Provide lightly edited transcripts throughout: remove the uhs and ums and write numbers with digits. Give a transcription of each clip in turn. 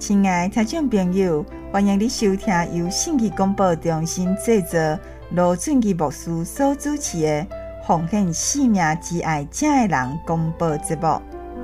亲爱的听众朋友，欢迎你收听由信息广播中心制作、罗俊吉牧师所主持的《奉献生命之爱正的人》广播节目。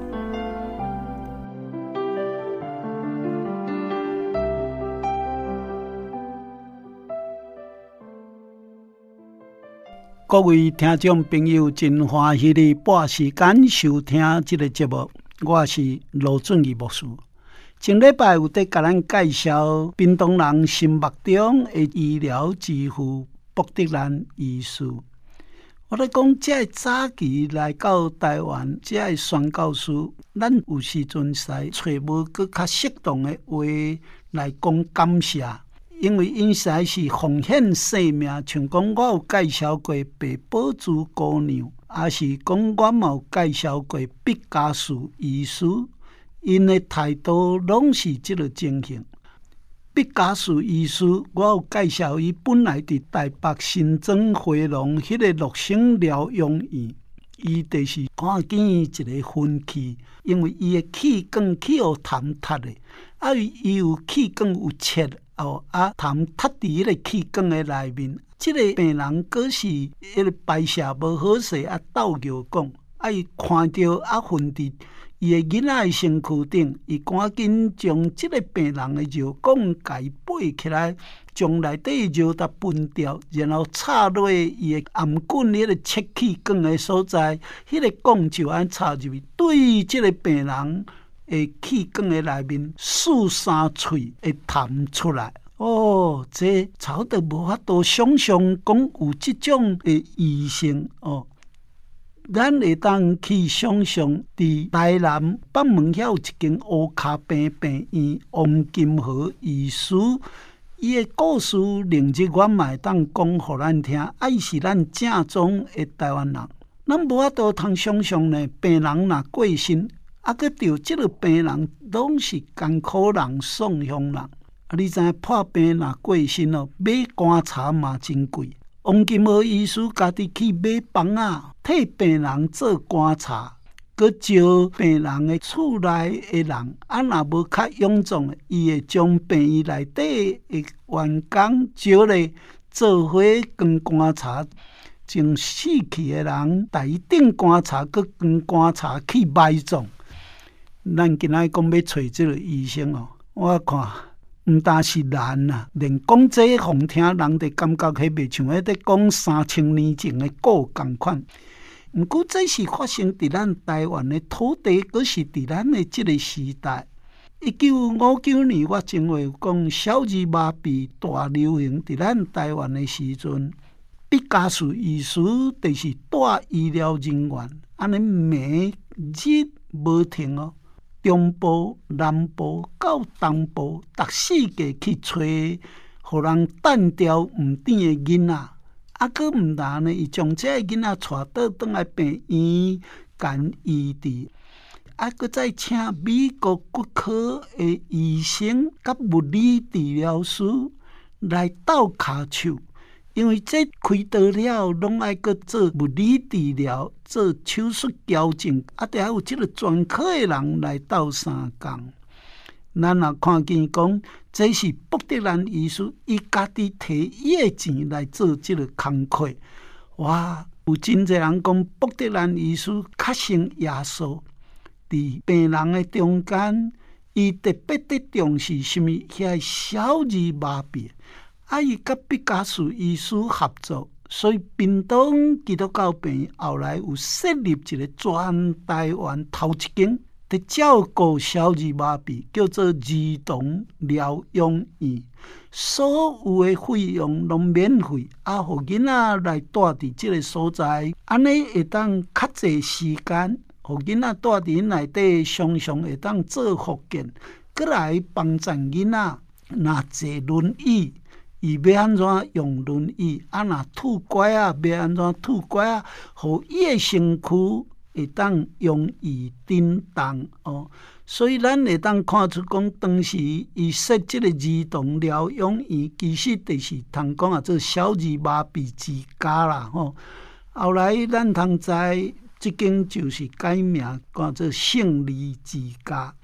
各位听众朋友，真欢喜你拨时间收听这个节目，我是罗俊义牧师。前礼拜有在甲咱介绍屏东人心目中的医疗之父卜德兰医师。我咧讲，这早期来到台湾，这宣教师，咱有时阵使找无搁较适当的话来讲感谢。因为因实在是奉献生命，像讲我有介绍过白宝珠姑娘，也是讲我嘛有介绍过毕加索医师，因的态度拢是这个情形。毕加索医师，我有介绍伊本来伫台北新庄回龙迄个乐生疗养院，伊就是看见一个分气，因为伊的气管气有痰塌的，伊有气管有切。痰塌伫迄个气管的内面，这个病人果是迄个排泄无好势，斗尿讲，伊看到粪伫伊的囡仔的身躯顶，伊赶紧将这个病人的尿管解背起来，将内底的尿达分掉，然后插落伊的颔管迄个切气管的所在，迄个管就安插入去，对这个病人的气管的内面四三喙会痰出来。哦，这草都无法度想象讲有这种的医生哦。咱会当去想象，伫台南北门遐有一间乌卡病病院，王金和医师，伊的故事令日我嘛会当讲互咱听，伊是咱正宗的台湾人。咱无法度通想象呢，病人若过身。佮着即个病人拢是艰苦人、送乡人。你知影破病若过身哦，买棺材嘛真贵。王金和医师家己去买房啊，替病人做棺材，佮招病人的厝内的人。若无较臃肿的，伊会将病院内底的员工招来做伙捐棺材。将死去的人带伊顶棺材，佮捐棺材去埋葬。咱今仔讲要找这个医生哦，我看毋但是难啊，连讲这个互听，人哋感觉迄袂像迄伫讲3000年前的故共款。毋过这是发生伫咱台湾的土地，佫是伫咱的这个时代。1959年，我正话有讲小儿麻痹大流行伫咱台湾的时阵，毕加索医师就是带医疗人员，安尼每日无停哦。中部、南部到东部，逐世界去找，互人弹掉毋甜的囡仔，佫毋但呢，伊将这个囡仔带倒来病院，干医治，佫再请美国骨科的医生甲物理治疗师来斗骹手。因为这开刀了，拢爱搁做物理治疗，做手术矫正，得有这个专科的人来斗相共。咱若看见讲，这是卜德兰医师，伊家己摕伊的钱来做这个工课。哇，有真侪人讲，卜德兰医师较像耶稣，伫病人的中间，伊特别的重视什么？遐小儿麻痹。伊甲毕加索医师合作，所以屏东基督教病院后来有设立一个全台湾头一间伫照顾小儿麻痹，叫做儿童疗养院。所有的费用拢免费，互囡仔来住伫即个所在，安尼会当较济时间，互囡仔住伫内底，常常会当做复健，过来帮助囡仔若坐轮椅。伊要安怎用轮椅？若拄拐要安怎拄拐互伊的身躯会当容易震动哦。所以咱会当看出讲，当时伊设这个儿童疗养院，其实就是通讲做小儿麻痹之家啦吼。后来咱通知，这间就是改名，叫做胜利之家。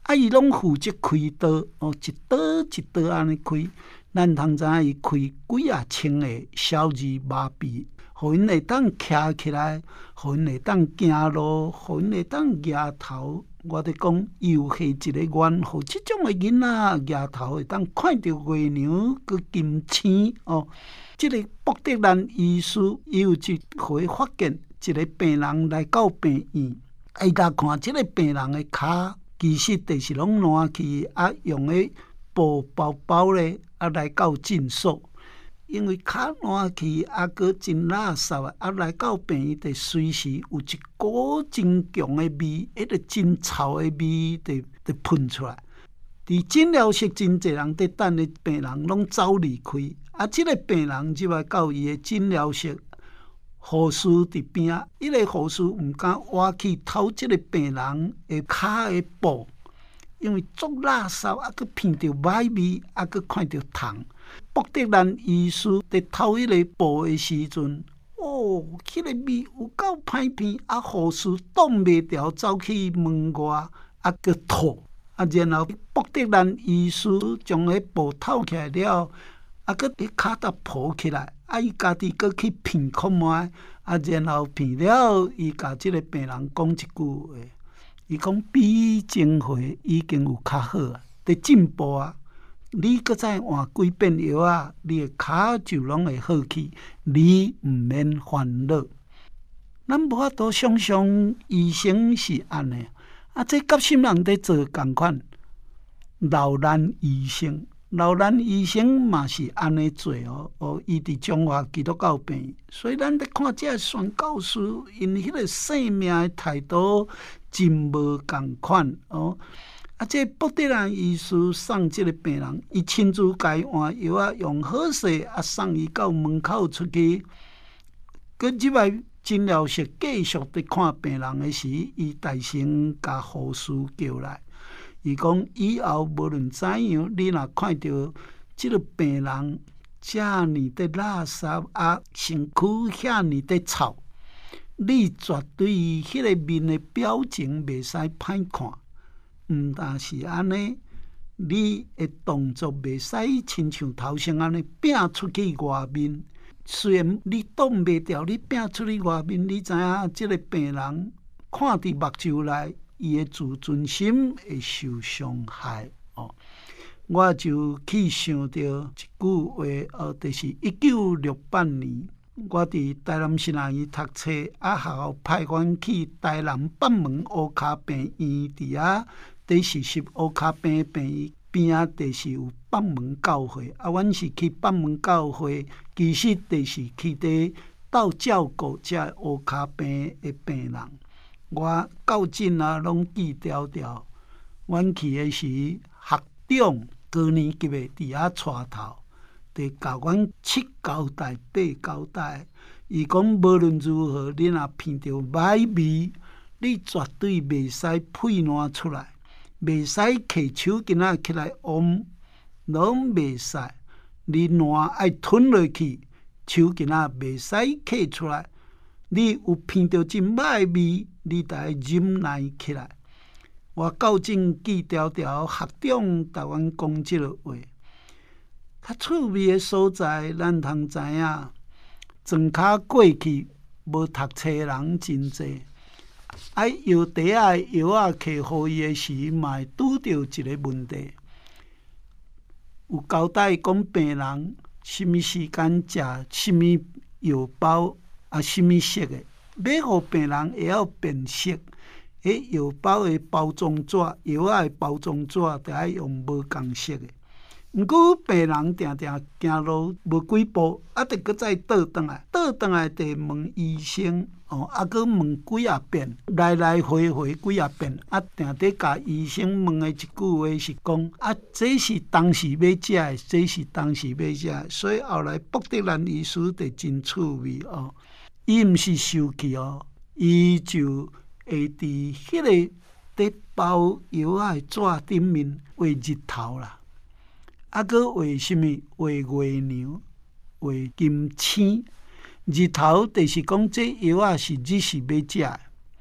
伊拢负责开刀一刀一刀安尼开。咱通知影伊开几啊千个小儿麻痹，互因会当徛起来，互因会当行路，互因会当举头。我伫讲，伊有下一个愿，互即种的囡仔举头会当看到月娘佮金星即个博德兰医师，伊有一回发现一个病人来到病院，伊甲看即个病人的骹，其实就是拢烂去，用个布包包咧，来到诊所，因为骹烂去，佮真垃圾来到病院，就随时有一股真强的味，迄个真臭的味，就喷出来。伫诊疗室真侪人伫等的病人拢走离开，即个病人入来到伊的诊疗室，护士伫边，迄个护士毋敢挖去偷即个病人的骹的布。因为足垃圾，佮闻到歹味，佮看到虫。博德兰医师伫偷迄个布的时阵，迄个味有够歹闻，护士挡袂牢，走去门外，佮吐。然后博德兰医师将迄布偷起来了，佮伫骹搭抱起来，伊家己佮去闻看觅，然后闻了，伊甲即个病人讲一句话。伊讲比前回已经有较好啊，伫进步啊！你搁再换几遍药你的骹就拢会好去，你毋免烦恼。咱无法度想象医生是安尼，这甲什么人在做共款？老兰医生嘛是安尼做伊伫中华基督教病院，所以咱在看这个宣教师，因迄个生命的态度真无共款这博德兰医师送这个病人，伊亲自家换药用好势送伊到门口出去，佮入来诊疗室继续伫看病人的时，伊大声甲护士叫来。伊讲以后无论怎样，你若看到即个病人遮尔的垃圾身躯遐尔的臭，你绝对迄个面的表情袂使歹看。毋但是安尼，你的动作袂使亲像头先安尼摒出去外面。虽然你挡袂牢，你摒出去外面，你知影即个病人看伫目睭内。伊的自尊心会受伤害我就去想到一句话就是1968年，我伫台南新南医读册，学校派阮去台南北门乌卡病院，伫第40乌卡病院边就是有北门教会阮是去北门教会，其实就是去伫斗照顾这乌卡病的病人。我到诊拢记条条。阮去的时，学长高年级的伫带头，得教阮7交代8交代。伊讲无论如何，你若闻到歹味，你绝对袂使屁烂出来，袂使摕手巾仔起来往，拢袂使。你烂爱吞落去，手巾仔袂使摕出来。你有闻到真歹味，你就要忍耐起来。我到诊记条条，学长甲阮讲即个话。较趣味的所在，咱通知影，庄脚过去无读册的人真济。药袋的药摕互伊的时，嘛会拄着一个问题。有交代讲病人什么时间食什么药包。什么色的？要互病人会晓辨识。药包的包装纸、药的包装纸，就要用无共色的。毋过病人定定行路无几步，得搁再倒转来，就问医生搁问几啊遍，来来回回几啊遍，定得甲医生问的一句话是讲这是当时要食的，这是当时要食的。所以后来博德兰医师就真趣味伊毋是收去伊就会伫迄个伫包药的纸顶面画日头啦，搁画什么？画月娘，画金星。日头就是讲这药是日时要食的，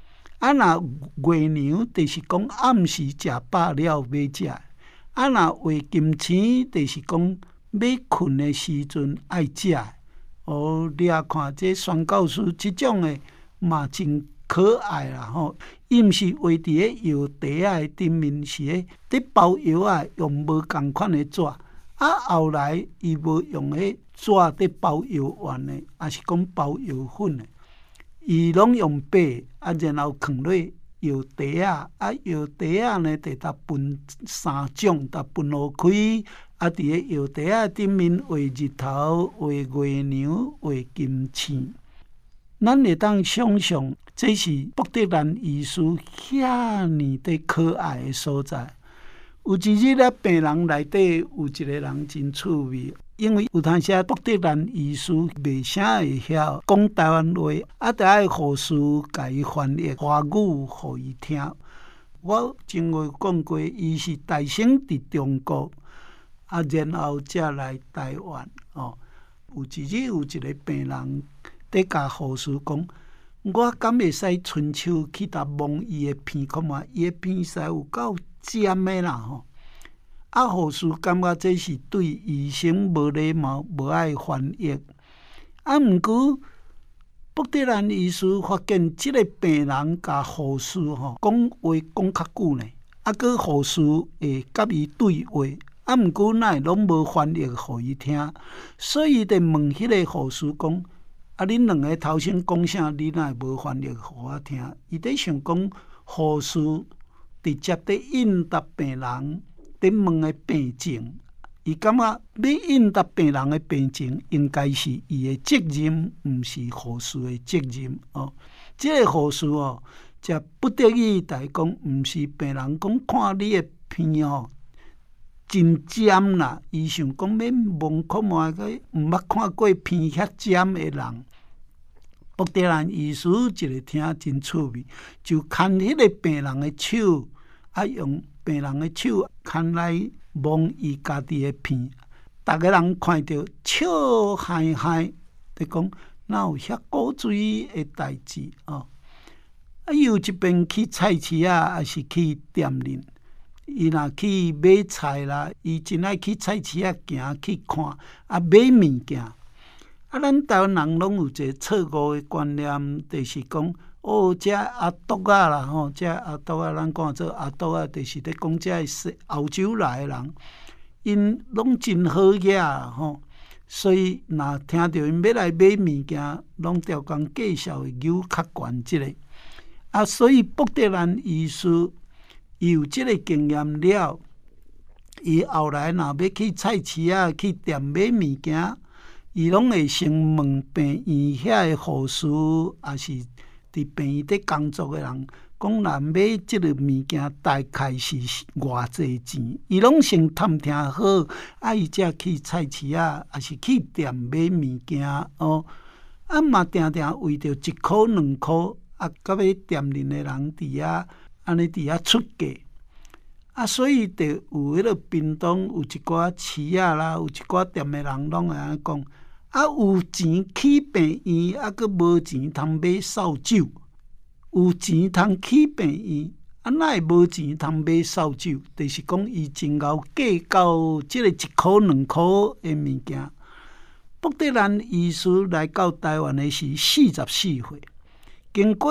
若月娘，就是讲暗时食饱了要食；若画金星，就是讲要困的时阵爱食。你也看这宣教师即种的嘛真可爱啦吼！伊毋是画伫咧药袋仔顶面，是咧伫包药啊，用无共款的纸。后来伊无用迄纸伫包药丸的，也是讲包药粉的，伊拢用白，然后放落药袋仔，药袋仔呢，得当分3种，得分互开。伫咧药袋仔顶面画日头、画月娘、画金星。咱会当想象，这是布德兰医师遐尼的可爱的所在。有一日咧，病人内底有一个人真趣味，因为有当时布德兰医师袂啥会晓讲台湾话，得爱护士甲伊翻译华语互伊听。我前回讲过，伊是大生伫中国，然后才来台湾。有一日有一个病人伫甲护士讲，我敢会使伸手去搭摸伊的鼻，看嘛，伊的鼻使有够尖的啦吼。护士感觉这是对医生无礼貌，无爱翻译。毋过布德兰医师发现，即个病人甲护士讲话讲较久呢，佮护士会甲伊对话。毋过哪会拢无翻译互伊听，所以得问迄个护士讲：恁两个头先讲啥？你哪会无翻译互我听？伊在想讲，护士直接在应答病人在问的病情，伊感觉要应答病人的病情，应该是伊的责任，毋是护士的责任。这个护士才不得已来讲，毋是病人讲看你的鼻真尖啦，伊想讲要望看觅个，毋捌看过鼻遐尖的人。布德兰医师一个听真趣味，就牵迄个病人的手，用病人的手牵来摸伊家己的鼻。逐个人看到笑嗨嗨，就讲哪有遐古锥的代志伊有一边去菜市啊，还是去店里。伊若去买菜啦，伊真爱去菜市仔行去看，买物件。咱台湾人拢有一个错误的观念，就是讲，这阿毒啊啦这阿毒啊，咱讲做阿毒啊，就是咧讲这是欧洲来的人，因拢真好嘢所以若听到因要来买物件，拢条工介绍的牛较悬即个。所以布德兰医师伊有即个经验了，伊后来若要去菜市啊、去店买物件，伊拢会先问病院遐的护士，也是伫病院伫工作的人，讲若买即个物件大概是偌济钱，伊拢先探听好，伊才去菜市啊，也是去店买物件嘛定定为着1块2块，到尾店里的人伫遐。安尼伫遐出价所以就有迄个屏东有一寡市仔啦，有一寡店的人拢会安尼讲有钱去病院，佮无钱通买扫帚。有钱通去病院，哪会无钱通买扫帚？就是讲伊真够计较即个1块2块的物件。布德兰医师来到台湾的是44岁。经过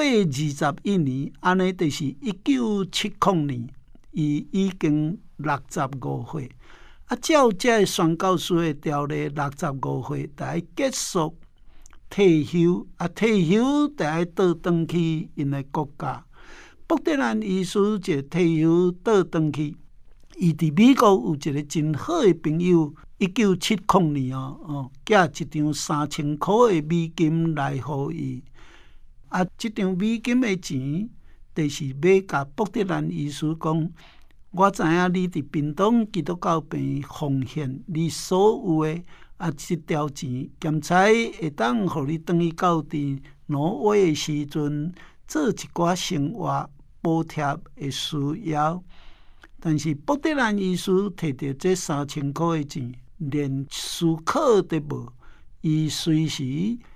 21年，安尼就是1970年，伊已经65岁。照这宣教师的条例，65岁就要结束退休，退休就要倒转去因的国家。布德兰医师就退休倒转去，伊伫美国有一个真好的朋友，1970年寄一张3000块的美金来互伊。这张美金的钱，就是要甲布德兰医师讲，我知影你伫屏东基督教病院奉献你所有的这条钱，兼且会当互你转去到伫挪威的时阵，做一寡生活补贴的需要。但是布德兰医师摕到这3000块的钱，连思考都无，伊随时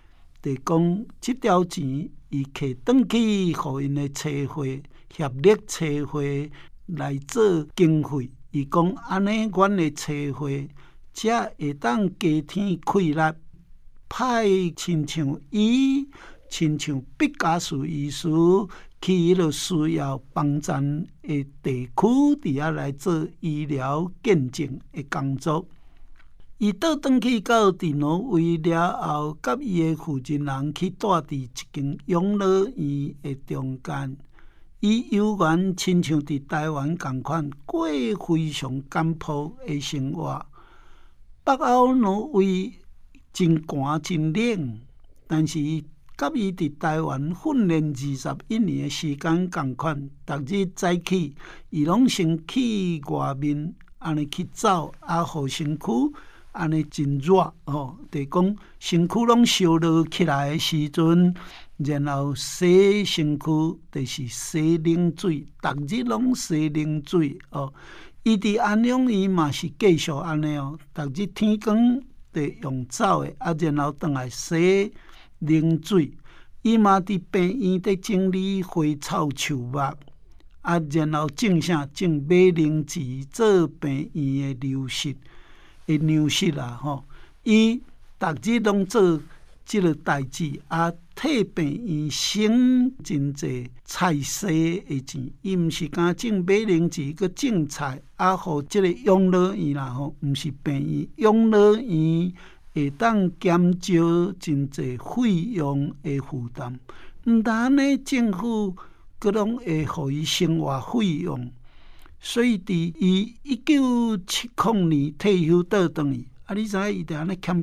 就讲这条钱伊摕转去，互因的车会协力车会来做经费。伊讲安尼，阮的车会才会当加添气力，派亲像伊，亲像毕加索医师去迄个需要帮助的地区伫遐来做医疗见证的工作。伊倒转去到伫挪威了后，甲伊的负责人去住伫一间养老院的中间。伊犹原亲像伫台湾共款，过非常简朴的生活。北欧挪威真寒真冷，但是甲伊伫台湾训练21年的时间共款，逐日早起，伊拢先去外面安尼去走，互身躯安尼真热就讲身躯拢烧热起来的时阵，然后洗身躯就是洗冷水，逐日拢洗冷水伊伫安养院嘛是继续安尼逐日天光就用走的，然后转来洗冷水。伊嘛伫病院伫整理花草树木，然后种买灵芝做病院的流失粮食伊逐日拢做即个代志，替病院省真济菜洗的钱。伊毋是敢种买灵芝，佮种菜，互即个养老院啦毋是病院，养老院会当减少真济费用的负担。毋但安尼，政府佮拢会互伊生活费用。所以伫伊1970年退休倒转去，你知影伊就安尼欠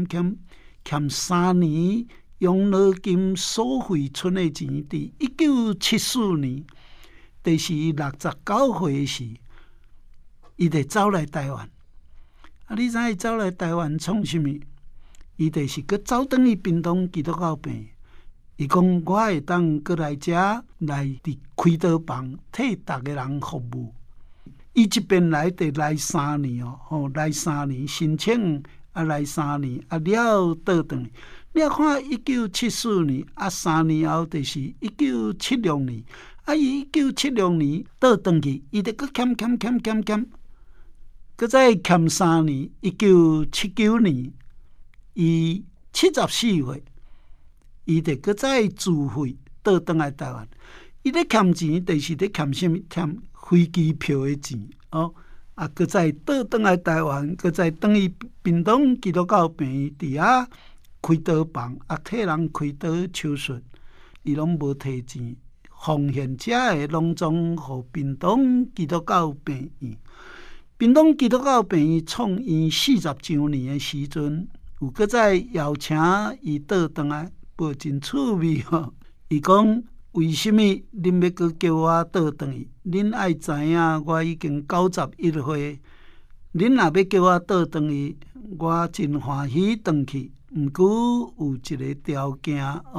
3年养老金所费剩的钱，伫1974年，就是69岁时，伊就走来台湾。你知影走来台湾创啥物？伊就是佮走转去屏东基督教病。伊讲我会当佮来遮来伫开刀房替逐个人服务。伊一边来就来3年来3年申请，来3年了倒转去。你看1974年3年后就是1976年，伊1976年倒转去，伊就佮欠，佮再欠3年。1979年，伊74岁，伊就佮再自费倒转来台湾。伊咧欠钱，就是咧欠啥物？欠飞机票的钱佮再倒转来台湾，佮再转去屏东基督教病院伫遐开刀房，替人开刀手术，伊拢无摕钱，奉献者的拢总互屏东基督教病院。屏东基督教病院创院40周年的时阵，有搁再邀请伊倒转来，报真趣味伊讲。为什么恁要搁叫我倒转去？恁爱知影，我已经91岁。恁若要叫我倒转去，我真欢喜转去。毋过有一个条件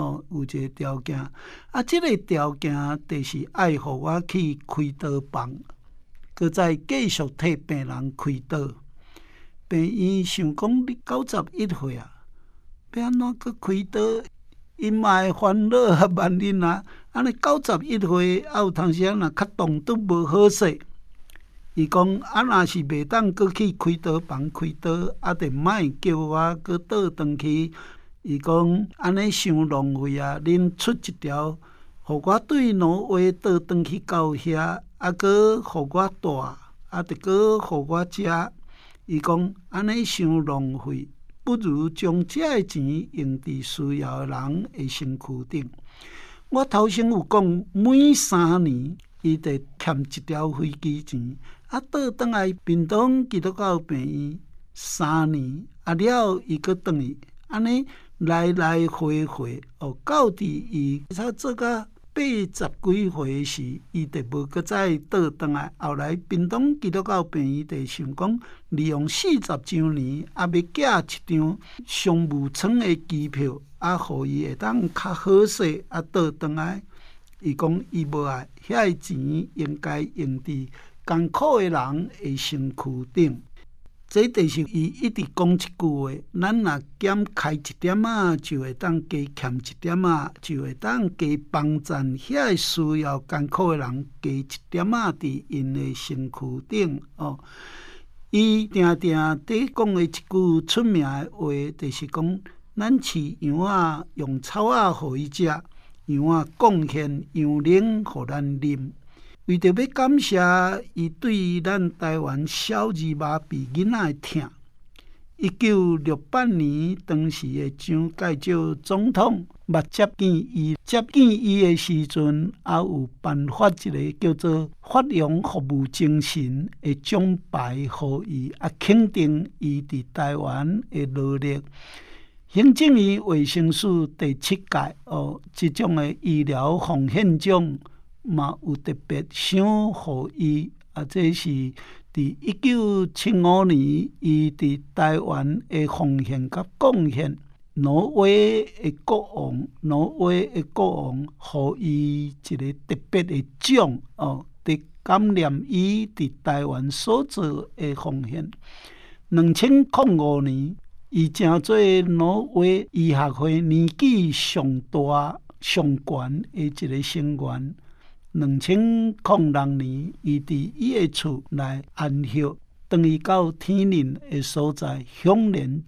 这个条件就是爱互我去开刀房，搁再继续替病人开刀。病院想讲你91岁要安怎搁开刀？因嘛会烦恼万恁安尼91岁有当时若较动都无好势。伊讲若是袂当搁去开刀房开刀，就莫叫我搁倒转去。伊讲安尼伤浪费恁出一条，互我对挪威倒转去到遐，搁互我带，就搁互我食。伊讲安尼伤浪费。不如将这个钱用伫需要的人的身躯顶。我头先有讲，每3年伊就欠一条飞机钱，倒转来屏东基督教病院3年，了伊搁转去，安尼来来回回，到伫伊才做到80几岁时，伊就无搁再倒转来。后来屏东基督教病院就想讲，利用40周年，要寄一张商务舱的机票，互伊会当较好势，倒转来。伊讲伊无爱，遐个钱应该用伫艰苦的人的身躯顶。 这就是伊一直讲一句话，咱若减开一点仔，就会当加欠一点仔，就会当加帮赞遐需要艰苦的人加一点仔伫因的身躯顶哦。伊定定伫讲的一句出名的话，就是讲，咱饲羊仔用草仔互伊食，羊仔贡献羊奶互咱啉。为着要感谢伊对咱台湾小儿麻痹囡仔的疼，1968年当时的蒋介石总统捌接见伊的时阵，也有颁发一个叫做“发扬服务精神”的奖牌互伊，肯定伊伫台湾的努力。行政院卫生署第7届这种的医疗奉献奖。嘛有特别赏予伊，这是伫1975年伊伫台湾的奉献甲贡献，挪威的国王予伊一个特别的奖伫感念伊伫台湾所做的奉献。2005年，伊成做挪威医学会年纪上大上悬的一个成员。2006年，伊伫伊的厝内安息，当伊到天灵的所在，享年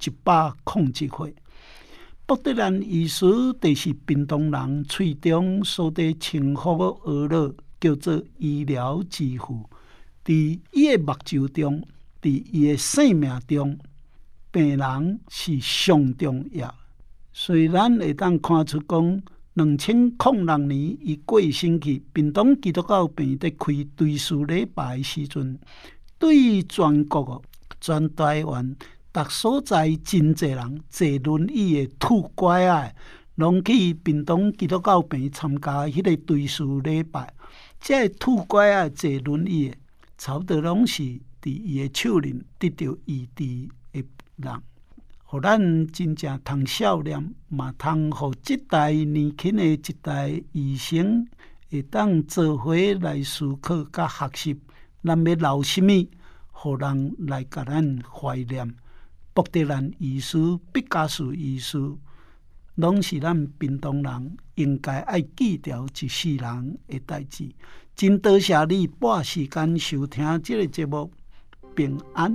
101岁。博德兰医师就是屏东人喙中所在称呼的学老，叫做医疗之父。伫伊的目睭中，伫伊的生命中，病人是上重要。虽然会当看出讲。2006年，伊过身去，屏东基督教病院在开追思礼拜的时阵，对全国、全台湾各所在真侪人坐轮椅的拄拐仔，拢去屏东基督教病院参加迄个追思礼拜。这拄拐仔坐轮椅的，差不多拢是伫伊的手里得到医治的人。互咱真正通少年，嘛通互即代年轻的一代医生会当做伙来思考甲学习，咱要留什么，互人来甲咱怀念。博德兰医师、毕加索医师，拢是咱屏东人应该爱记牢一世人的代志。真多谢你拨时间收听这个节目，平安。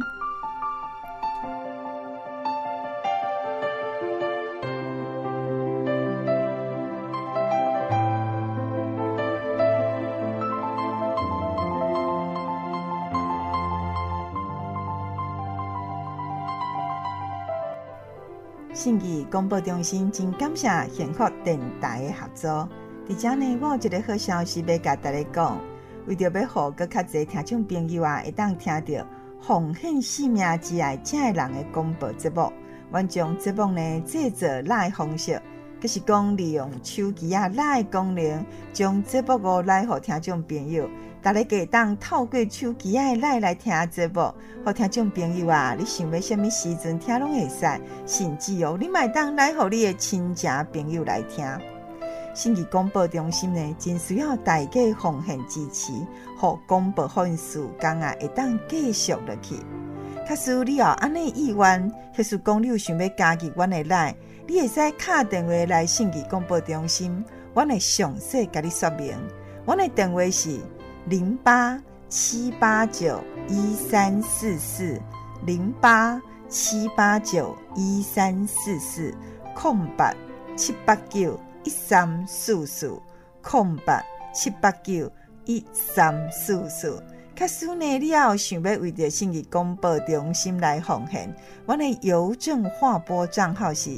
信义广播中心真感谢幸福电台的合作。伫遮呢，我有一个好消息要甲大家讲，为着要互搁较侪听众朋友会当听到奉献生命之爱这个人的广播节目，阮将节目呢制作live方式，就是讲利用手机live功能，将节目live互听众朋友。大家可以当透过手机live来听节目，互听众朋友你想要什么时阵听拢会使，甚至你嘛当来互你的亲情朋友来听。信义广播中心呢，真需要大家奉献支持，互广播份事工会当继续落去。假使你有安尼意愿，或是讲你有想要加入阮的来，你会使打电话来信义广播中心，阮会详细甲你说明。阮的电话是0878931344，0878911344，假使呢，你也有想要为着信义广播中心来奉献，阮的邮政划拨账号是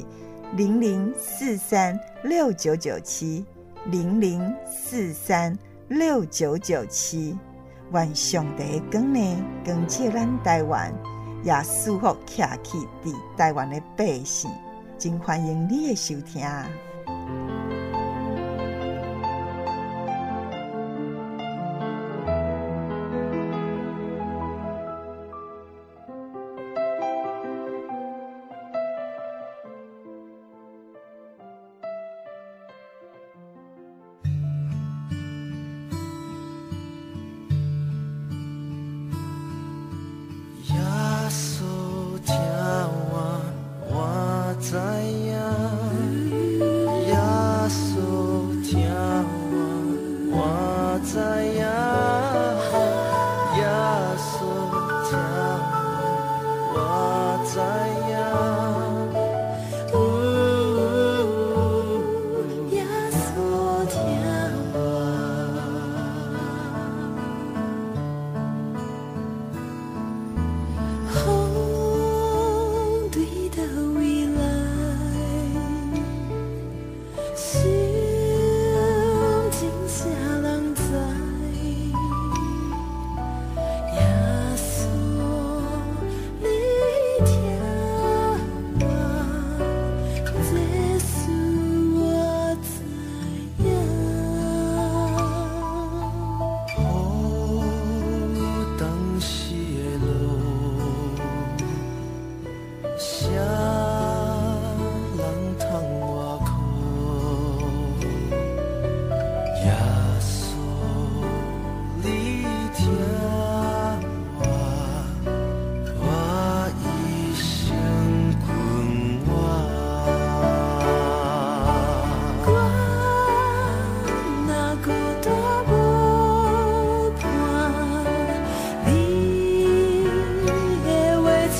00436997，00436997。愿上帝光呢，光照咱台湾，也祝福徛起伫台湾的百姓。真欢迎你的收听。 耶稣。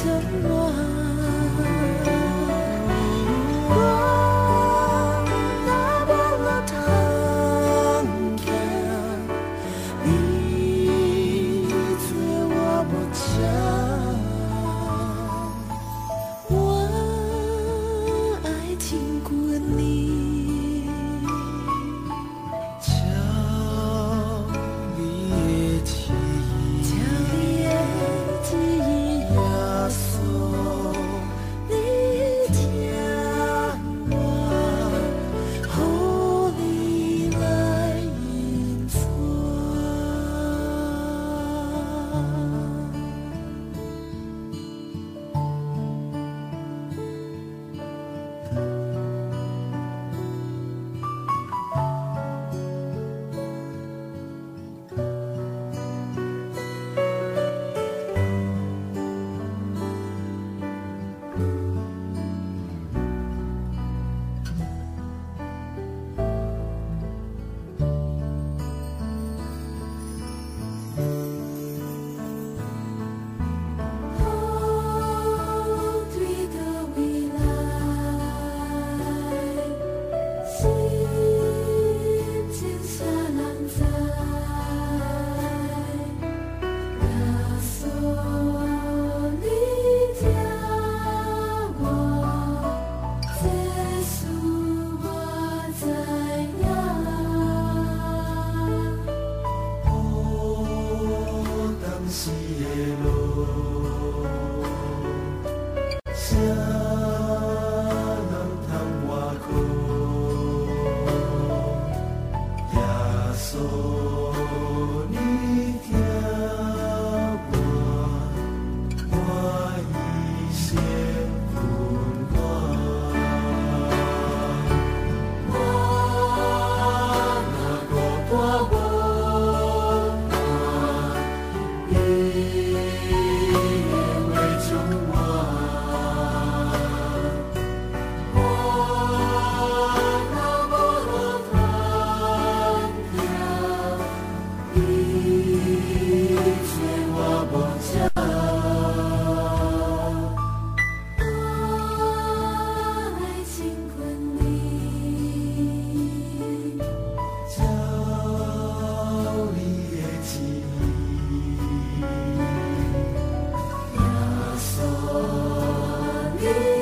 你。